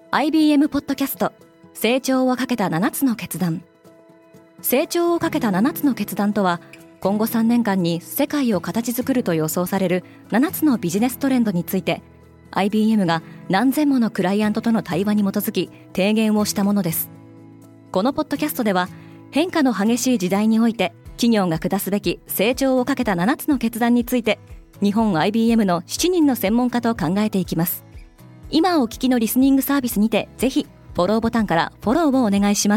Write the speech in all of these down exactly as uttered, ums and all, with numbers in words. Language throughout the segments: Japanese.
アイビーエム ポッドキャスト成長をかけたななつの決断。成長をかけたななつの決断とは、今後さんねんかんに世界を形作ると予想されるななつのビジネストレンドについて アイビーエム が何千ものクライアントとの対話に基づき提言をしたものです。このポッドキャストでは、変化の激しい時代において企業が下すべき成長をかけたななつの決断について、日本 アイビーエム のしちにんの専門家と考えていきます。今お聞きのリスニングサービスにて、ぜひフォローボタンからフォローをお願いします。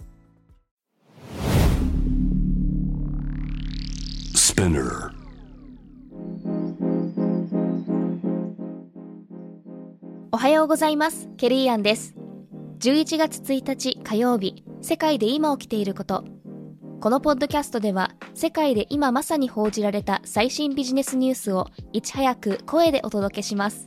おはようございます。ケリーアンです。じゅういちがつついたち火曜日、世界で今起きていること。このポッドキャストでは、世界で今まさに報じられた最新ビジネスニュースをいち早く声でお届けします。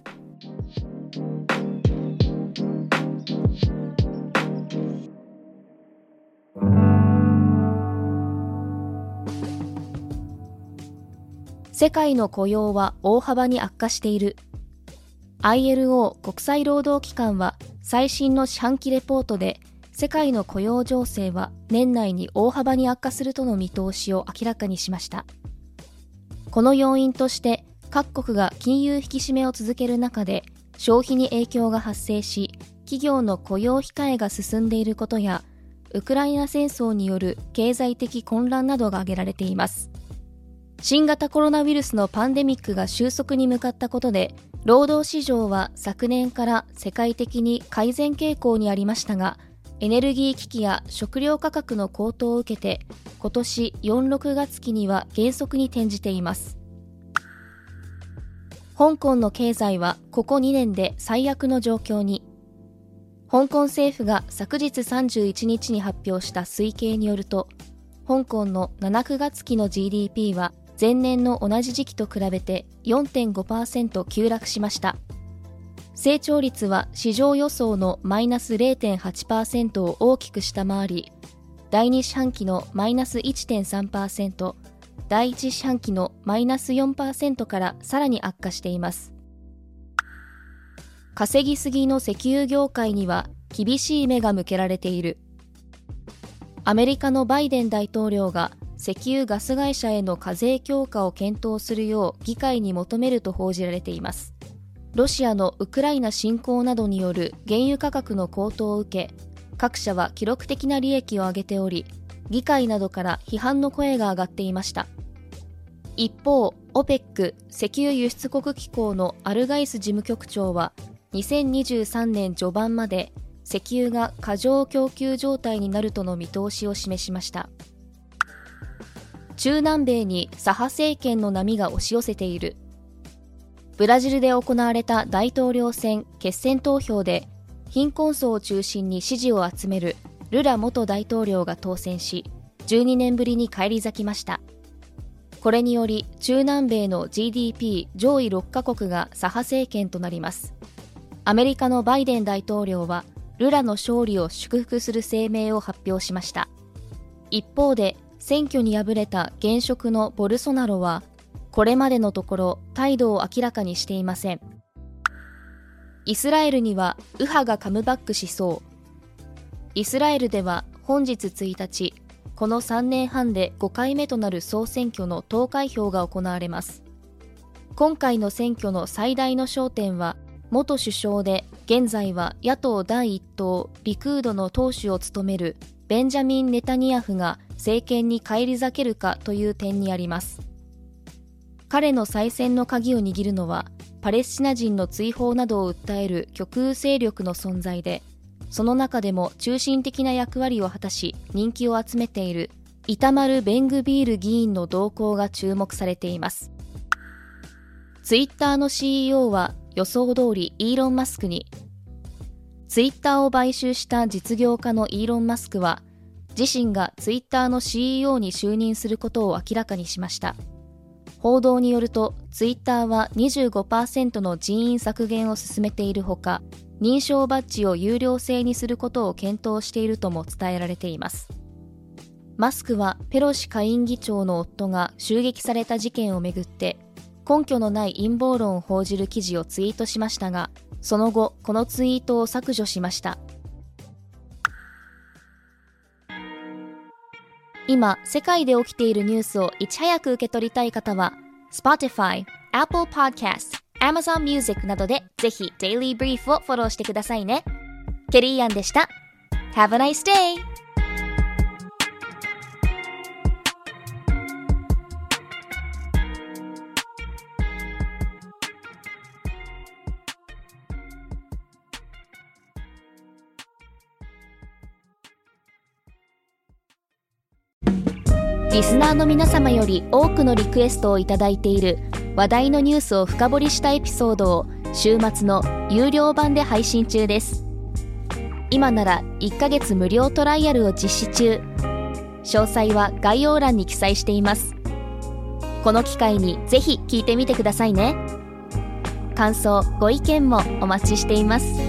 世界の雇用は大幅に悪化している。アイエルオー 国際労働機関は最新の四半期レポートで、世界の雇用情勢は年内に大幅に悪化するとの見通しを明らかにしました。この要因として、各国が金融引き締めを続ける中で消費に影響が発生し、企業の雇用控えが進んでいることや、ウクライナ戦争による経済的混乱などが挙げられています。新型コロナウイルスのパンデミックが収束に向かったことで、労働市場は昨年から世界的に改善傾向にありましたが、エネルギー危機や食料価格の高騰を受けて、今年よん、ろくがつ期には減速に転じています。香港の経済はここにねんで最悪の状況に。香港政府が昨日さんじゅういちにちに発表した推計によると、香港のなな、くがつ期の ジーディーピー は前年の同じ時期と比べて よんてんごパーセント 急落しました。成長率は市場予想のマイナス れいてんはちパーセント を大きく下回り、第二四半期のマイナス いってんさんパーセント、第一四半期のマイナス よんパーセント からさらに悪化しています。稼ぎすぎの石油業界には厳しい目が向けられている。アメリカのバイデン大統領が石油ガス会社への課税強化を検討するよう議会に求めると報じられています。ロシアのウクライナ侵攻などによる原油価格の高騰を受け、各社は記録的な利益を上げており、議会などから批判の声が上がっていました。一方、オペック 石油輸出国機構のアルガイス事務局長は、にせんにじゅうさんねん序盤まで石油が過剰供給状態になるとの見通しを示しました。中南米に左派政権の波が押し寄せている。ブラジルで行われた大統領選決選投票で、貧困層を中心に支持を集めるルラ元大統領が当選し、じゅうにねんぶりに返り咲きました。これにより中南米の ジーディーピー 上位ろっかこくが左派政権となります。アメリカのバイデン大統領はルラの勝利を祝福する声明を発表しました。一方で、選挙に敗れた現職のボルソナロは、これまでのところ態度を明らかにしていません。イスラエルには右派がカムバックしそう。イスラエルでは本日ついたち、このさんねんはんでごかいめとなる総選挙の投開票が行われます。今回の選挙の最大の焦点は、元首相で現在は野党だいいっ党リクードの党首を務めるベンジャミン・ネタニヤフが政権に返り咲けるかという点にあります。彼の再選の鍵を握るのは、パレスチナ人の追放などを訴える極右勢力の存在で、その中でも中心的な役割を果たし人気を集めているイタマル・ベングビール議員の動向が注目されています。ツイッターの シーイーオー は予想通りイーロン・マスクに。ツイッターを買収した実業家のイーロン・マスクは、自身がツイッターの シーイーオー に就任することを明らかにしました。報道によると、ツイッターは にじゅうごパーセント の人員削減を進めているほか、認証バッジを有料制にすることを検討しているとも伝えられています。マスクはペロシ下院議長の夫が襲撃された事件をめぐって、根拠のない陰謀論を報じる記事をツイートしましたが、 その後このツイートを削除しました。今世界で起きているニュースをいち早く受け取りたい方は Spotify、Apple Podcast、Amazon Music などでぜひ Daily Brief をフォローしてくださいね。ケリーアンでした。Have a nice day! リスナーの皆様より多くのリクエストをいただいている話題のニュースを深掘りしたエピソードを週末の有料版で配信中です。今ならいっかげつ無料トライアルを実施中。詳細は概要欄に記載しています。この機会にぜひ聞いてみてくださいね。感想、ご意見もお待ちしています。